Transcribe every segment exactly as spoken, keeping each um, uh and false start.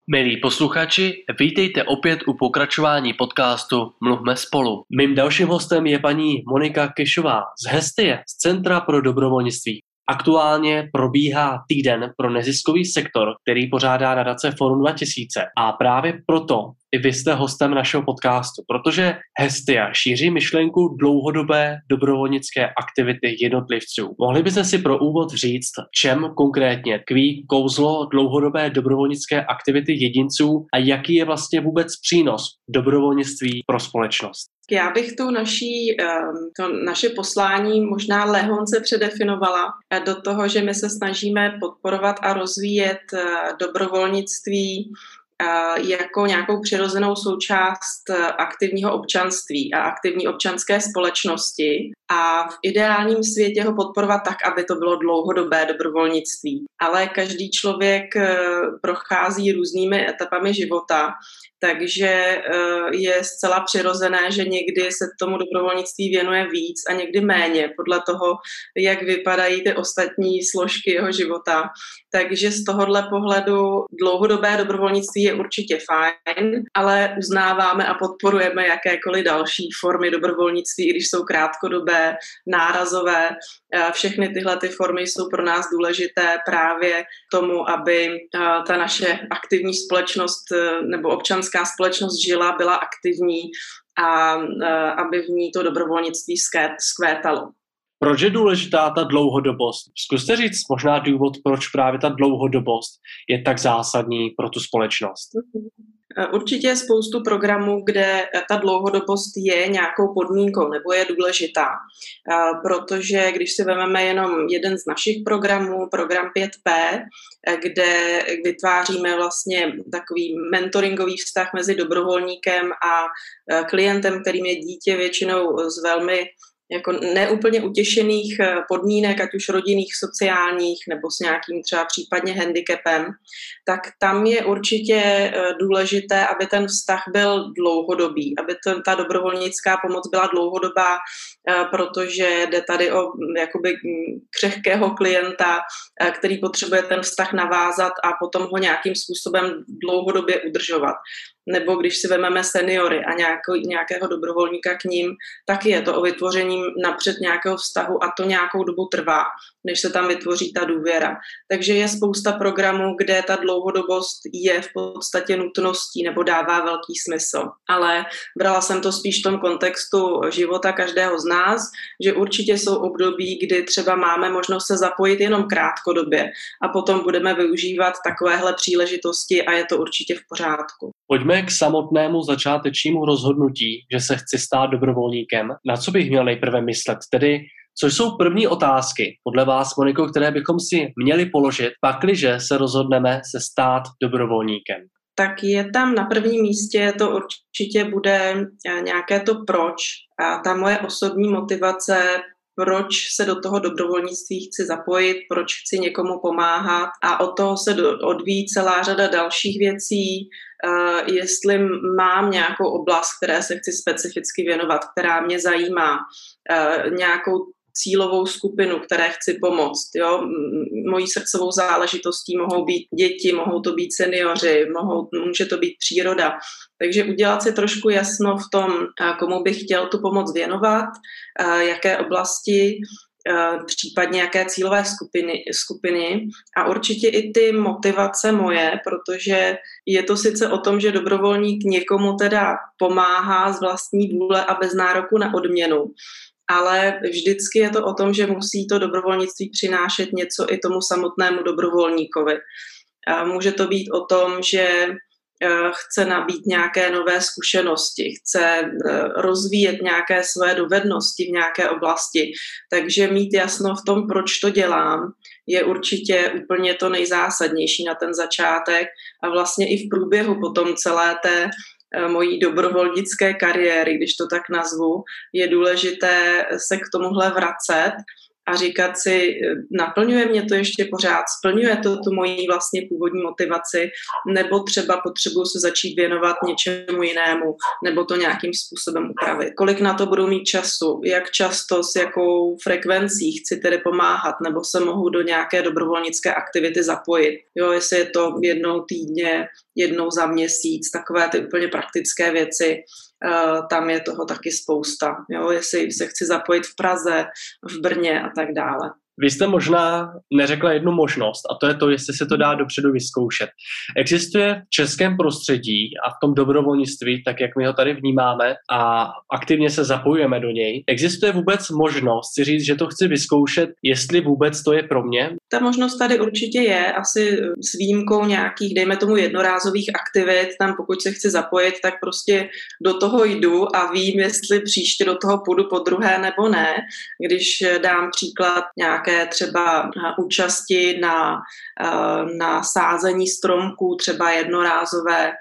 Milí posluchači, vítejte opět u pokračování podcastu Mluvme spolu. Mým dalším hostem je paní Monika Kešová z Hestie, z Centra pro dobrovolnictví. Aktuálně probíhá týden pro neziskový sektor, který pořádá nadace Forum dva tisíce. A právě proto i vy jste hostem našeho podcastu, protože Hestia šíří myšlenku dlouhodobé dobrovolnické aktivity jednotlivců. Mohli byste si pro úvod říct, čem konkrétně tkví kouzlo dlouhodobé dobrovolnické aktivity jedinců a jaký je vlastně vůbec přínos dobrovolnictví pro společnost? Já bych tu naší, to naše poslání možná lehonce předefinovala do toho, že my se snažíme podporovat a rozvíjet dobrovolnictví jako nějakou přirozenou součást aktivního občanství a aktivní občanské společnosti a v ideálním světě ho podporovat tak, aby to bylo dlouhodobé dobrovolnictví. Ale každý člověk prochází různými etapami života, takže je zcela přirozené, že někdy se tomu dobrovolnictví věnuje víc a někdy méně, podle toho, jak vypadají ty ostatní složky jeho života. Takže z tohohle pohledu dlouhodobé dobrovolnictví je určitě fajn, ale uznáváme a podporujeme jakékoliv další formy dobrovolnictví, i když jsou krátkodobé, nárazové. Všechny tyhle ty formy jsou pro nás důležité právě k tomu, aby ta naše aktivní společnost nebo občanská společnost žila, byla aktivní a aby v ní to dobrovolnictví zkvétalo. Proč je důležitá ta dlouhodobost? Zkuste říct možná důvod, proč právě ta dlouhodobost je tak zásadní pro tu společnost. Určitě je spoustu programů, kde ta dlouhodobost je nějakou podmínkou nebo je důležitá, protože když si vezmeme jenom jeden z našich programů, program pět pé, kde vytváříme vlastně takový mentoringový vztah mezi dobrovolníkem a klientem, kterým je dítě většinou z velmi jako neúplně utěšených podmínek, ať už rodinných, sociálních nebo s nějakým třeba případně handicapem, tak tam je určitě důležité, aby ten vztah byl dlouhodobý, aby to, ta dobrovolnická pomoc byla dlouhodobá, protože jde tady o jakoby křehkého klienta, který potřebuje ten vztah navázat a potom ho nějakým způsobem dlouhodobě udržovat. Nebo když si vezmeme seniory a nějaký, nějakého dobrovolníka k ním, tak je to o vytvoření napřed nějakého vztahu a to nějakou dobu trvá, než se tam vytvoří ta důvěra. Takže je spousta programů, kde ta dlouhodobost je v podstatě nutností nebo dává velký smysl. Ale brala jsem to spíš v tom kontextu života každého z nás, že určitě jsou období, kdy třeba máme možnost se zapojit jenom krátkodobě a potom budeme využívat takovéhle příležitosti a je to určitě v pořádku. Pojďme k samotnému začátečnímu rozhodnutí, že se chci stát dobrovolníkem. Na co bych měl nejprve myslet? Tedy, co jsou první otázky, podle vás, Moniko, které bychom si měli položit, pakliže se rozhodneme se stát dobrovolníkem? Tak je tam na prvním místě, to určitě bude nějaké to proč. A ta moje osobní motivace, proč se do toho dobrovolnictví chci zapojit, proč chci někomu pomáhat a od toho se odvíjí celá řada dalších věcí, Uh, jestli mám nějakou oblast, které se chci specificky věnovat, která mě zajímá, uh, nějakou cílovou skupinu, které chci pomoct. Jo? Mojí srdcovou záležitostí mohou být děti, mohou to být seniori, mohou, může to být příroda. Takže udělat si trošku jasno v tom, komu bych chtěl tu pomoc věnovat, uh, jaké oblasti, případně jaké cílové skupiny, skupiny a určitě i ty motivace moje, protože je to sice o tom, že dobrovolník někomu teda pomáhá z vlastní vůle a bez nároku na odměnu, ale vždycky je to o tom, že musí to dobrovolnictví přinášet něco i tomu samotnému dobrovolníkovi. Může to být o tom, že chce nabít nějaké nové zkušenosti, chce rozvíjet nějaké své dovednosti v nějaké oblasti. Takže mít jasno v tom, proč to dělám, je určitě úplně to nejzásadnější na ten začátek a vlastně i v průběhu potom celé té mojí dobrovolnické kariéry, když to tak nazvu, je důležité se k tomuhle vracet a říkat si, naplňuje mě to ještě pořád, splňuje to tu moji vlastně původní motivaci, nebo třeba potřebuji se začít věnovat něčemu jinému, nebo to nějakým způsobem upravit. Kolik na to budu mít času, jak často, s jakou frekvencí chci tedy pomáhat, nebo se mohu do nějaké dobrovolnické aktivity zapojit. Jo, jestli je to jednou týdně, jednou za měsíc, takové ty úplně praktické věci, uh, tam je toho taky spousta. Jo, jestli se chci zapojit v Praze, v Brně a tak dále. Vy jste možná neřekla jednu možnost, a to je to, jestli se to dá dopředu vyzkoušet. Existuje v českém prostředí a v tom dobrovolnictví, tak jak my ho tady vnímáme a aktivně se zapojujeme do něj, existuje vůbec možnost si říct, že to chci vyzkoušet, jestli vůbec to je pro mě? Ta možnost tady určitě je, asi s výjimkou nějakých, dejme tomu, jednorázových aktivit, tam pokud se chci zapojit, tak prostě do toho jdu a vím, jestli příště do toho půjdu po druhé nebo ne. Když dám příklad nějaké třeba účasti na, na sázení stromků, třeba jednorázové,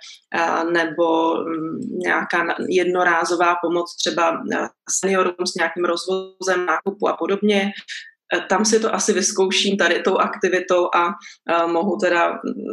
nebo nějaká jednorázová pomoc třeba seniorům s nějakým rozvozem nákupu a podobně. Tam si to asi vyzkouším tady tou aktivitou a uh, mohu teda uh,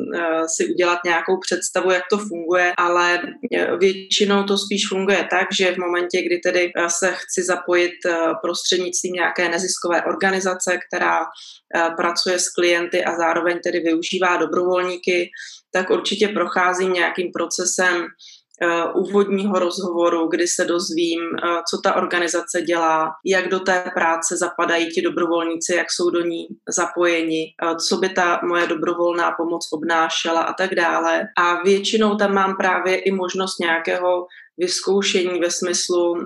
si udělat nějakou představu, jak to funguje, ale uh, většinou to spíš funguje tak, že v momentě, kdy tedy uh, se chci zapojit uh, prostřednictvím nějaké neziskové organizace, která uh, pracuje s klienty a zároveň tedy využívá dobrovolníky, tak určitě procházím nějakým procesem Uh, úvodního rozhovoru, kdy se dozvím, uh, co ta organizace dělá, jak do té práce zapadají ti dobrovolníci, jak jsou do ní zapojeni, uh, co by ta moje dobrovolná pomoc obnášela a tak dále. A většinou tam mám právě i možnost nějakého vyzkoušení ve smyslu,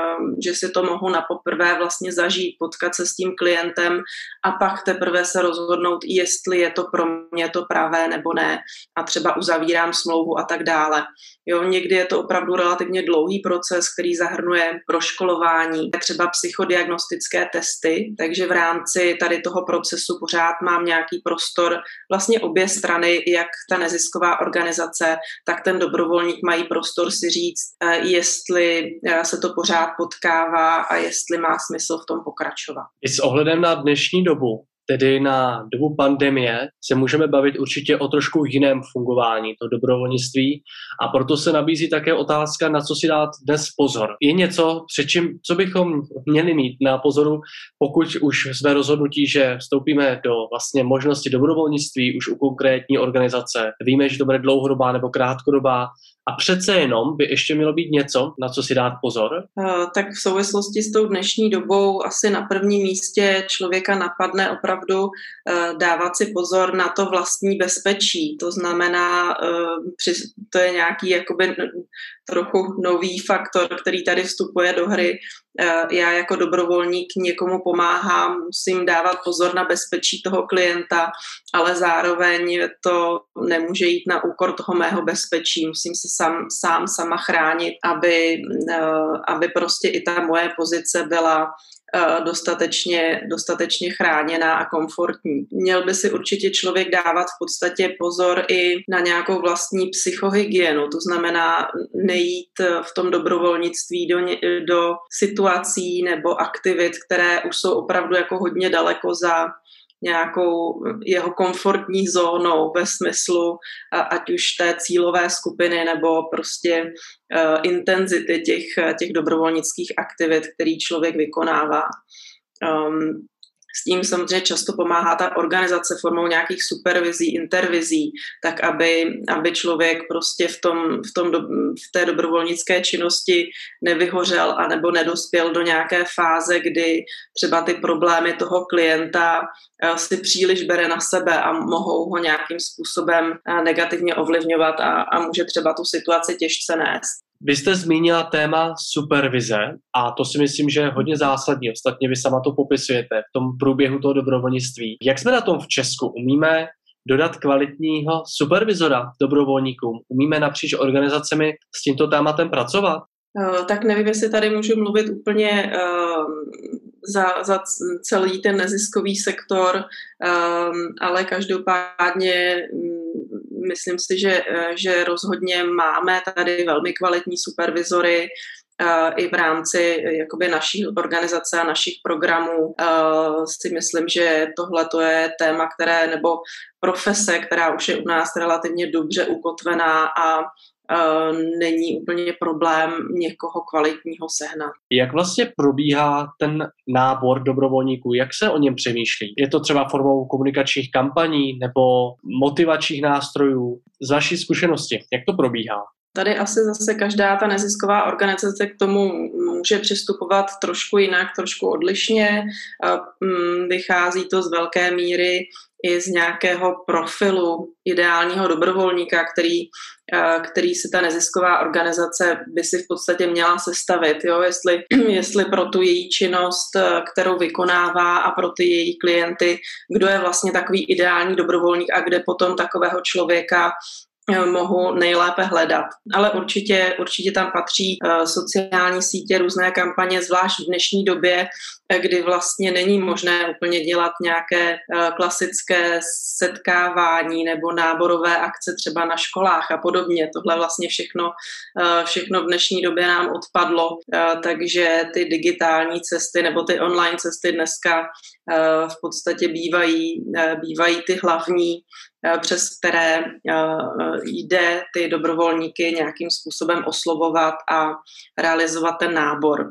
že si to mohu na poprvé vlastně zažít, potkat se s tím klientem a pak teprve se rozhodnout, jestli je to pro mě to pravé nebo ne a třeba uzavírám smlouvu a tak dále. Jo, někdy je to opravdu relativně dlouhý proces, který zahrnuje proškolování, třeba psychodiagnostické testy, takže v rámci tady toho procesu pořád mám nějaký prostor, vlastně obě strany, jak ta nezisková organizace, tak ten dobrovolník mají prostor si říct, jestli se to pořád potkává a jestli má smysl v tom pokračovat. I s ohledem na dnešní dobu, tedy na dobu pandemie, se můžeme bavit určitě o trošku jiném fungování toho dobrovolnictví a proto se nabízí také otázka, na co si dát dnes pozor. Je něco, před čím, co bychom měli mít na pozoru, pokud už jsme rozhodnutí, že vstoupíme do vlastně možnosti dobrovolnictví už u konkrétní organizace. Víme, že to bude dlouhodobá nebo krátkodobá, a přece jenom by ještě mělo být něco, na co si dát pozor? Uh, tak v souvislosti s tou dnešní dobou asi na prvním místě člověka napadne opravdu uh, dávat si pozor na to vlastní bezpečí. To znamená, uh, při, to je nějaký jakoby trochu nový faktor, který tady vstupuje do hry. Uh, já jako dobrovolník někomu pomáhám, musím dávat pozor na bezpečí toho klienta, ale zároveň to nemůže jít na úkor toho mého bezpečí. Musím se sám, sám sama chránit, aby, uh, aby prostě i ta moje pozice byla uh, dostatečně, dostatečně chráněná a komfortní. Měl by si určitě člověk dávat v podstatě pozor i na nějakou vlastní psychohygienu, to znamená nejít v tom dobrovolnictví do, do situací nebo aktivit, které už jsou opravdu jako hodně daleko za nějakou jeho komfortní zónou ve smyslu ať už té cílové skupiny nebo prostě uh, intenzity těch, těch dobrovolnických aktivit, který člověk vykonává. Um, S tím samozřejmě často pomáhá ta organizace formou nějakých supervizí, intervizí, tak aby, aby člověk prostě v, tom, v, tom do, v té dobrovolnické činnosti nevyhořel anebo nedospěl do nějaké fáze, kdy třeba ty problémy toho klienta si příliš bere na sebe a mohou ho nějakým způsobem negativně ovlivňovat a, a může třeba tu situaci těžce nést. Vy jste zmínila téma supervize a to si myslím, že je hodně zásadní. Ostatně vy sama to popisujete v tom průběhu toho dobrovolnictví. Jak jsme na tom v Česku? Umíme dodat kvalitního supervizora dobrovolníkům? Umíme napříč organizacemi s tímto tématem pracovat? Uh, tak nevím, jestli tady můžu mluvit úplně uh, za, za celý ten neziskový sektor, uh, ale každopádně myslím si, že, že rozhodně máme tady velmi kvalitní supervizory i v rámci jakoby naší organizace a našich programů si myslím, že tohle to je téma, které nebo profese, která už je u nás relativně dobře ukotvená a není úplně problém někoho kvalitního sehnat. Jak vlastně probíhá ten nábor dobrovolníků? Jak se o něm přemýšlí? Je to třeba formou komunikačních kampaní nebo motivačních nástrojů? Z vaší zkušenosti, jak to probíhá? Tady asi zase každá ta nezisková organizace k tomu může přistupovat trošku jinak, trošku odlišně. Vychází to z velké míry i z nějakého profilu ideálního dobrovolníka, který, který si ta nezisková organizace by si v podstatě měla sestavit. Jo? Jestli, jestli pro tu její činnost, kterou vykonává a pro ty její klienty, kdo je vlastně takový ideální dobrovolník a kde potom takového člověka mohu nejlépe hledat. Ale určitě, určitě tam patří uh, sociální sítě, různé kampaně, zvlášť v dnešní době, kdy vlastně není možné úplně dělat nějaké uh, klasické setkávání nebo náborové akce třeba na školách a podobně. Tohle vlastně všechno, uh, všechno v dnešní době nám odpadlo, uh, takže ty digitální cesty nebo ty online cesty dneska uh, v podstatě bývají, uh, bývají ty hlavní, přes které jde ty dobrovolníky nějakým způsobem oslovovat a realizovat ten nábor.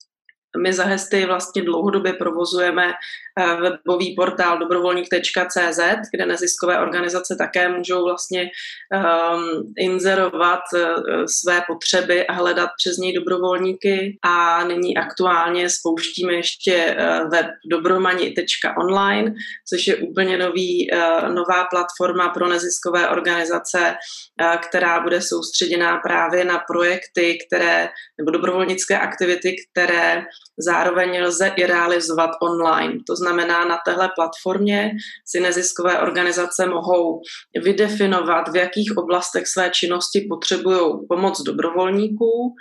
My za Hesty vlastně dlouhodobě provozujeme webový portál dobrovolník tečka cé zet, kde neziskové organizace také můžou vlastně um, inzerovat uh, své potřeby a hledat přes něj dobrovolníky. A nyní aktuálně spouštíme ještě uh, web dobromani tečka online, což je úplně nový, uh, nová platforma pro neziskové organizace, uh, která bude soustředěná právě na projekty, které, nebo dobrovolnické aktivity, které zároveň lze i realizovat online. To znamená, na téhle platformě si neziskové organizace mohou vydefinovat, v jakých oblastech své činnosti potřebují pomoc dobrovolníků,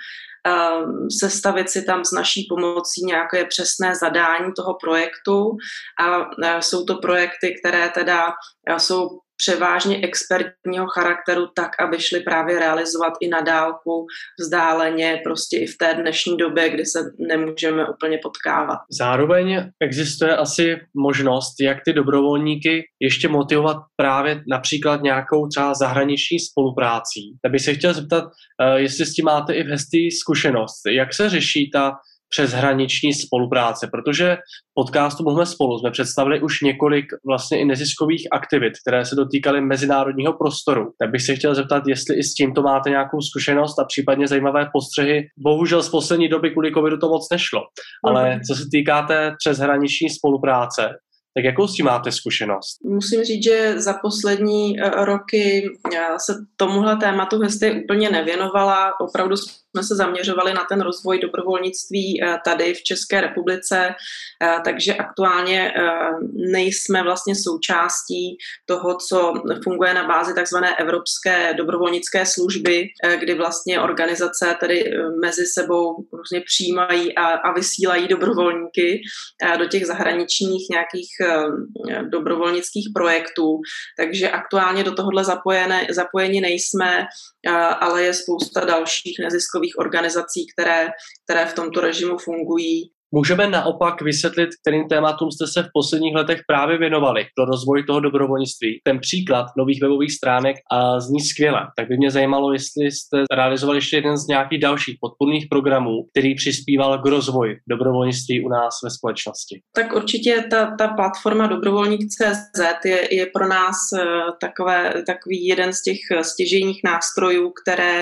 sestavit si tam s naší pomocí nějaké přesné zadání toho projektu a jsou to projekty, které teda jsou převážně expertního charakteru tak, aby šli právě realizovat i na dálku, vzdáleně, prostě i v té dnešní době, kdy se nemůžeme úplně potkávat. Zároveň existuje asi možnost, jak ty dobrovolníky ještě motivovat právě například nějakou třeba zahraniční spoluprácí. Tak bych se chtěl zeptat, jestli s tím máte i v Hesty zkušenost. Jak se řeší ta přeshraniční spolupráce, protože v podcastu Mluvme spolu jsme představili už několik vlastně i neziskových aktivit, které se dotýkaly mezinárodního prostoru. Tak bych se chtěl zeptat, jestli i s tímto máte nějakou zkušenost a případně zajímavé postřehy. Bohužel z poslední doby kvůli covidu to moc nešlo, ale co se týká té přeshraniční spolupráce, tak jakou s tím máte zkušenost? Musím říct, že za poslední roky se tomuhle tématu Hesty úplně nevěnovala. Opravdu jsme se zaměřovali na ten rozvoj dobrovolnictví tady v České republice, takže aktuálně nejsme vlastně součástí toho, co funguje na bázi takzvané Evropské dobrovolnické služby, kdy vlastně organizace tedy mezi sebou různě přijímají a, a vysílají dobrovolníky do těch zahraničních nějakých dobrovolnických projektů. Takže aktuálně do tohohle zapojené, zapojeni nejsme, ale je spousta dalších neziskových organizací, které, které v tomto režimu fungují. Můžeme naopak vysvětlit, kterým tématům jste se v posledních letech právě věnovali pro rozvoj toho dobrovolnictví. Ten příklad nových webových stránek a zní skvěle. Tak by mě zajímalo, jestli jste realizovali ještě jeden z nějakých dalších podpůrných programů, který přispíval k rozvoji dobrovolnictví u nás ve společnosti. Tak určitě ta, ta platforma dobrovolník tečka cé zet je, je pro nás takové, takový jeden z těch stěžejních nástrojů, které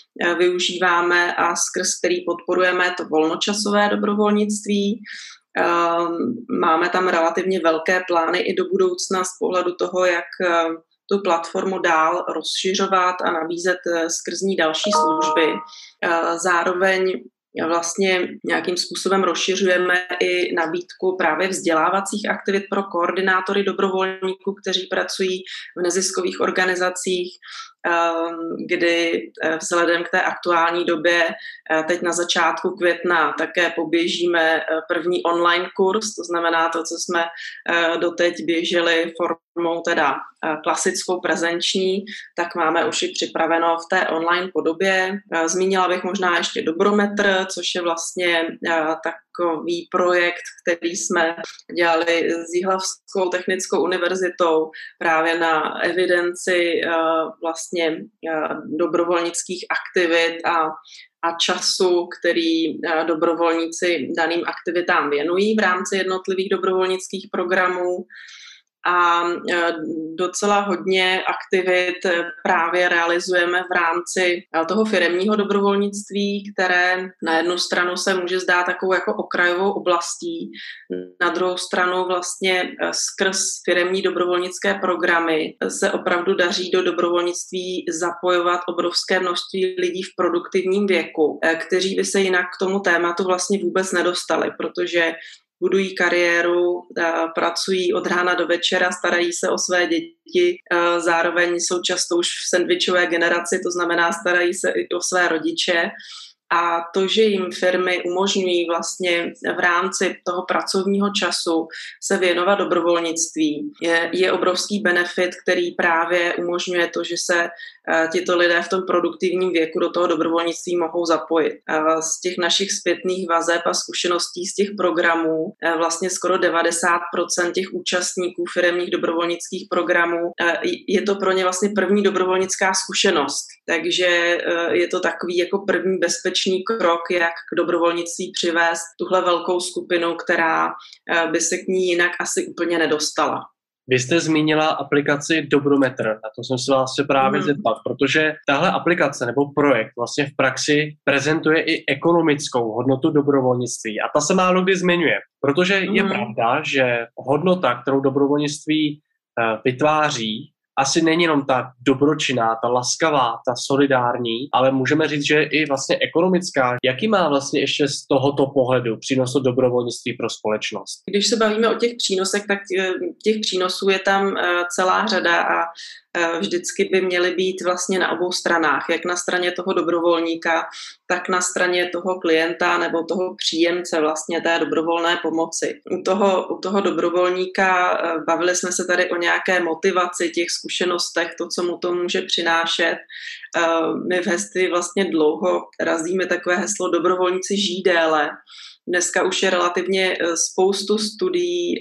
využíváme a skrz který podporujeme to volnočasové dobrovolnictví. Máme tam relativně velké plány i do budoucna z pohledu toho, jak tu platformu dál rozšiřovat a nabízet skrz ní další služby. Zároveň vlastně nějakým způsobem rozšiřujeme i nabídku právě vzdělávacích aktivit pro koordinátory dobrovolníků, kteří pracují v neziskových organizacích. kdy vzhledem k té aktuální době teď na začátku května také poběžíme první online kurz, to znamená to, co jsme doteď běželi formou teda klasickou prezenční, tak máme už i připraveno v té online podobě. Zmínila bych možná ještě Dobrometr, což je vlastně takový projekt, který jsme dělali s Jihlavskou technickou univerzitou právě na evidenci vlastně dobrovolnických aktivit a a času, který dobrovolníci daným aktivitám věnují v rámci jednotlivých dobrovolnických programů. A docela hodně aktivit právě realizujeme v rámci toho firemního dobrovolnictví, které na jednu stranu se může zdát takovou jako okrajovou oblastí, na druhou stranu vlastně skrz firemní dobrovolnické programy se opravdu daří do dobrovolnictví zapojovat obrovské množství lidí v produktivním věku, kteří by se jinak k tomu tématu vlastně vůbec nedostali, protože budují kariéru, pracují od rána do večera, starají se o své děti, zároveň jsou často už v sendvičové generaci, to znamená starají se i o své rodiče. A to, že jim firmy umožňují vlastně v rámci toho pracovního času se věnovat dobrovolnictví, je, je obrovský benefit, který právě umožňuje to, že se uh, tito lidé v tom produktivním věku do toho dobrovolnictví mohou zapojit. Uh, z těch našich zpětných vazeb a zkušeností z těch programů uh, vlastně skoro devadesát procent těch účastníků firemních dobrovolnických programů uh, je to pro ně vlastně první dobrovolnická zkušenost. Takže uh, je to takový jako první bezpečný krok, jak k dobrovolnictví přivést tuhle velkou skupinu, která by se k ní jinak asi úplně nedostala. Vy jste zmínila aplikaci Dobrometr, na to jsem se vás se právě mm. zeptat, protože tahle aplikace nebo projekt vlastně v praxi prezentuje i ekonomickou hodnotu dobrovolnictví a ta se málo kdy zmiňuje, protože mm. je pravda, že hodnota, kterou dobrovolnictví vytváří, asi není jenom ta dobročinná, ta laskavá, ta solidární, ale můžeme říct, že i vlastně ekonomická. Jaký má vlastně ještě z tohoto pohledu přínos dobrovolnictví pro společnost? Když se bavíme o těch přínosech, tak těch přínosů je tam celá řada a vždycky by měly být vlastně na obou stranách, jak na straně toho dobrovolníka, tak na straně toho klienta nebo toho příjemce vlastně té dobrovolné pomoci. U toho, u toho dobrovolníka bavili jsme se tady o nějaké motivaci, těch zkušenostech, to, co mu to může přinášet. My v Hestii vlastně dlouho razíme takové heslo dobrovolníci žijí déle. Dneska už je relativně spoustu studií,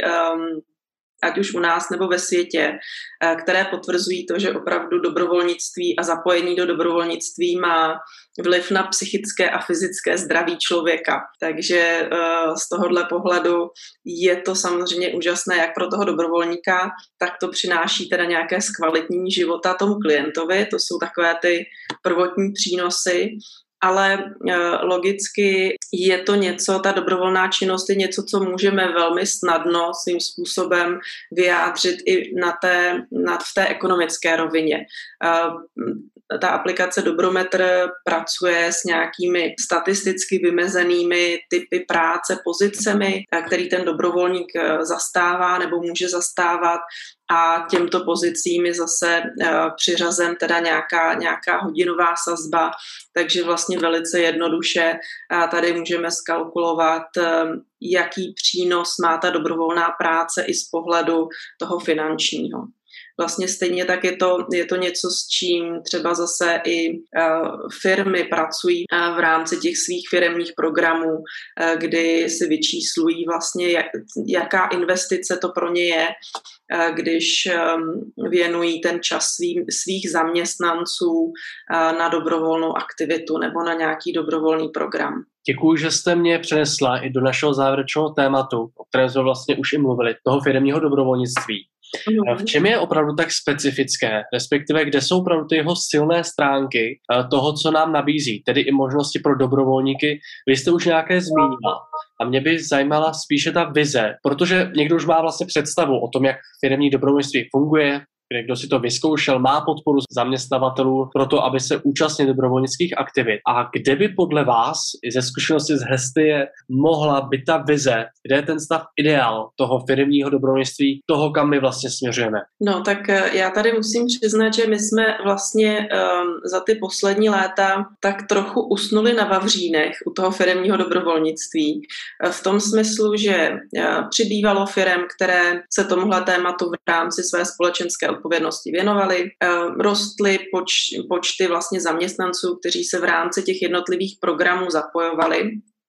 ať už u nás nebo ve světě, které potvrzují to, že opravdu dobrovolnictví a zapojení do dobrovolnictví má vliv na psychické a fyzické zdraví člověka. Takže z tohohle pohledu je to samozřejmě úžasné jak pro toho dobrovolníka, tak to přináší teda nějaké zkvalitnění života tomu klientovi. To jsou takové ty prvotní přínosy. Ale logicky je to něco, ta dobrovolná činnost je něco, co můžeme velmi snadno svým způsobem vyjádřit i na té, na, v té ekonomické rovině. Ta aplikace Dobrometr pracuje s nějakými statisticky vymezenými typy práce, pozicemi, který ten dobrovolník zastává nebo může zastávat. A těmto pozicím je zase uh, přiřazen teda nějaká, nějaká hodinová sazba, takže vlastně velice jednoduše uh, tady můžeme skalkulovat, uh, jaký přínos má ta dobrovolná práce i z pohledu toho finančního. Vlastně stejně tak je to, je to něco, s čím třeba zase i uh, firmy pracují uh, v rámci těch svých firemních programů, uh, kdy si vyčíslují vlastně, jak, jaká investice to pro ně je, uh, když um, věnují ten čas svým, svých zaměstnanců uh, na dobrovolnou aktivitu nebo na nějaký dobrovolný program. Děkuji, že jste mě přenesla i do našeho závěrečného tématu, o kterém jsme vlastně už i mluvili, toho firemního dobrovolnictví. V čem je opravdu tak specifické, respektive kde jsou opravdu ty jeho silné stránky toho, co nám nabízí, tedy i možnosti pro dobrovolníky. Vy jste už nějaké zmínila a mě by zajímala spíše ta vize, protože někdo už má vlastně představu o tom, jak firemní dobrovolnictví funguje, kde kdo si to vyzkoušel, má podporu zaměstnavatelů pro to, aby se účastnil dobrovolnických aktivit. A kde by podle vás ze zkušenosti z Hestie mohla být ta vize, kde je ten stav ideál toho firemního dobrovolnictví, toho, kam my vlastně směřujeme? No tak já tady musím přiznat, že my jsme vlastně um, za ty poslední léta tak trochu usnuli na vavřínech u toho firemního dobrovolnictví. V tom smyslu, že uh, přibývalo firem, které se tomuhle tématu v rámci své společenské odpovědnosti věnovaly. Uh, rostly poč, počty vlastně zaměstnanců, kteří se v rámci těch jednotlivých programů zapojovali.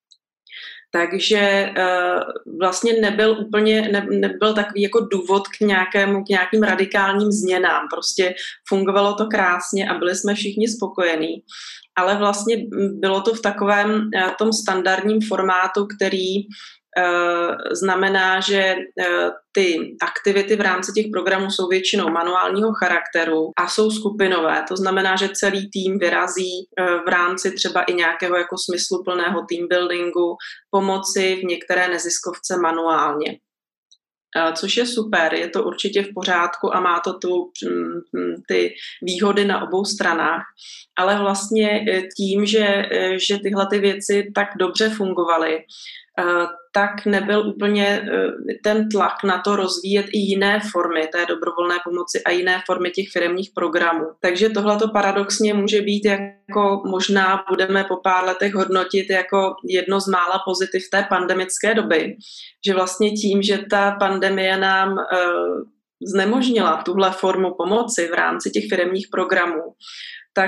Takže uh, vlastně nebyl úplně, ne, nebyl takový jako důvod k nějakému, k nějakým radikálním změnám. Prostě fungovalo to krásně a byli jsme všichni spokojení. Ale vlastně bylo to v takovém uh, tom standardním formátu, který uh, znamená, že uh, ty aktivity v rámci těch programů jsou většinou manuálního charakteru a jsou skupinové. To znamená, že celý tým vyrazí v rámci třeba i nějakého jako smysluplného team buildingu pomoci v některé neziskovce manuálně. Což je super, je to určitě v pořádku a má to tu, ty výhody na obou stranách. Ale vlastně tím, že, že tyhle ty věci tak dobře fungovaly, tak nebyl úplně ten tlak na to rozvíjet i jiné formy té dobrovolné pomoci a jiné formy těch firemních programů. Takže tohleto paradoxně může být jako možná budeme po pár letech hodnotit jako jedno z mála pozitiv té pandemické doby, že vlastně tím, že ta pandemie nám znemožnila tuhle formu pomoci v rámci těch firemních programů, tak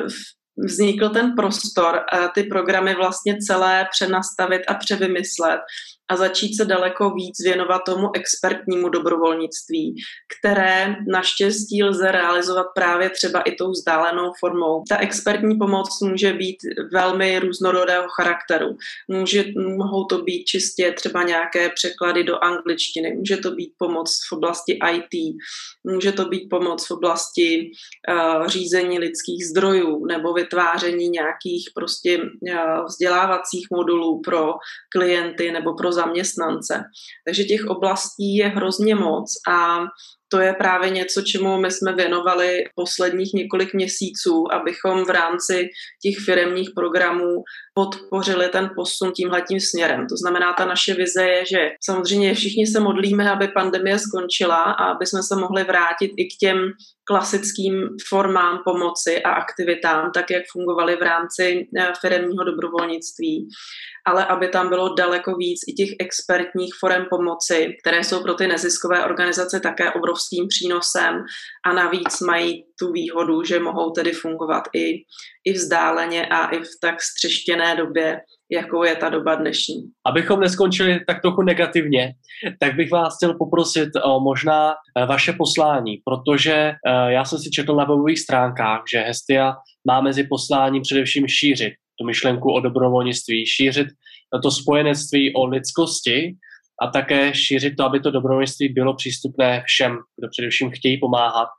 vznikl ten prostor a ty programy vlastně celé přenastavit a převymyslet a začít se daleko víc věnovat tomu expertnímu dobrovolnictví, které naštěstí lze realizovat právě třeba i tou vzdálenou formou. Ta expertní pomoc může být velmi různorodého charakteru. Může, mohou to být čistě třeba nějaké překlady do angličtiny, může to být pomoc v oblasti í té, může to být pomoc v oblasti uh, řízení lidských zdrojů nebo vytváření nějakých prostě uh, vzdělávacích modulů pro klienty nebo pro zaměstnance. Takže těch oblastí je hrozně moc a to je právě něco, čemu my jsme věnovali posledních několik měsíců, abychom v rámci těch firemních programů podpořili ten posun tímhletím směrem. To znamená, ta naše vize je, že samozřejmě všichni se modlíme, aby pandemie skončila a aby jsme se mohli vrátit i k těm klasickým formám pomoci a aktivitám, tak jak fungovaly v rámci firemního dobrovolnictví, ale aby tam bylo daleko víc i těch expertních forem pomoci, které jsou pro ty neziskové organizace také obrovským přínosem a navíc mají tu výhodu, že mohou tedy fungovat i, i vzdáleně a i v tak střeštěné době, jakou je ta doba dnešní. Abychom neskončili tak trochu negativně, tak bych vás chtěl poprosit o možná vaše poslání, protože já jsem si četl na webových stránkách, že Hestia má mezi posláním především šířit tu myšlenku o dobrovolnictví, šířit to spojenectví o lidskosti a také šířit to, aby to dobrovolnictví bylo přístupné všem, kdo především chtějí pomáhat.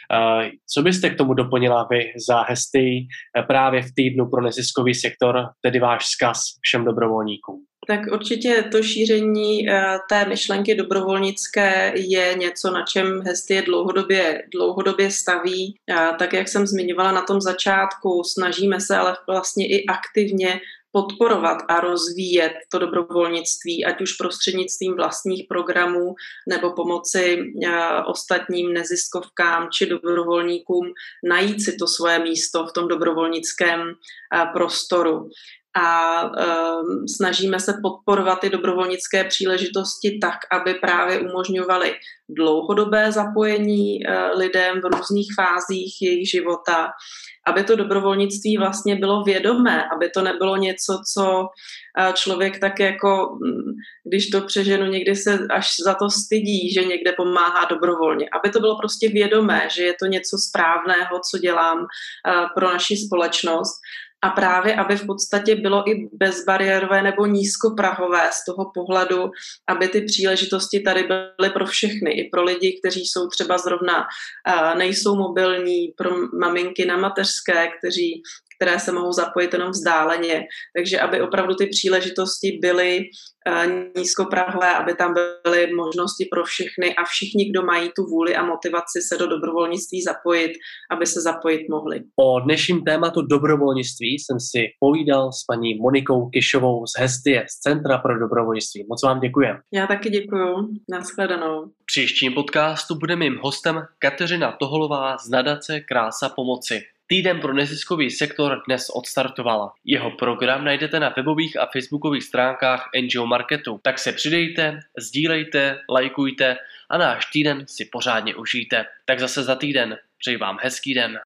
Co byste k tomu doplnila vy za Hestii právě v týdnu pro neziskový sektor, tedy váš vzkaz všem dobrovolníkům? Tak určitě to šíření té myšlenky dobrovolnické je něco, na čem Hestie dlouhodobě, dlouhodobě staví. Tak, jak jsem zmiňovala na tom začátku, snažíme se ale vlastně i aktivně podporovat a rozvíjet to dobrovolnictví, ať už prostřednictvím vlastních programů nebo pomoci ostatním neziskovkám či dobrovolníkům najít si to svoje místo v tom dobrovolnickém prostoru. A um, snažíme se podporovat ty dobrovolnické příležitosti tak, aby právě umožňovaly dlouhodobé zapojení uh, lidem v různých fázích jejich života, aby to dobrovolnictví vlastně bylo vědomé, aby to nebylo něco, co uh, člověk tak jako, když to přeženu, někdy se až za to stydí, že někde pomáhá dobrovolně. Aby to bylo prostě vědomé, že je to něco správného, co dělám uh, pro naši společnost. A právě, aby v podstatě bylo i bezbariérové nebo nízkoprahové z toho pohledu, aby ty příležitosti tady byly pro všechny, i pro lidi, kteří jsou třeba zrovna nejsou mobilní, pro maminky na mateřské, kteří, které se mohou zapojit jenom vzdáleně. Takže aby opravdu ty příležitosti byly nízkoprahové, aby tam byly možnosti pro všechny a všichni, kdo mají tu vůli a motivaci se do dobrovolnictví zapojit, aby se zapojit mohli. O dnešním tématu dobrovolnictví jsem si povídal s paní Monikou Kišovou z Hestie, z Centra pro dobrovolnictví. Moc vám děkujem. Já taky děkuju. Nashledanou. V příštím podcastu bude mým hostem Kateřina Toholová z nadace Krása pomoci. Týden pro neziskový sektor dnes odstartovala. Jeho program najdete na webových a facebookových stránkách N G O Marketu. Tak se přidejte, sdílejte, lajkujte a náš týden si pořádně užijte. Tak zase za týden. Přeji vám hezký den.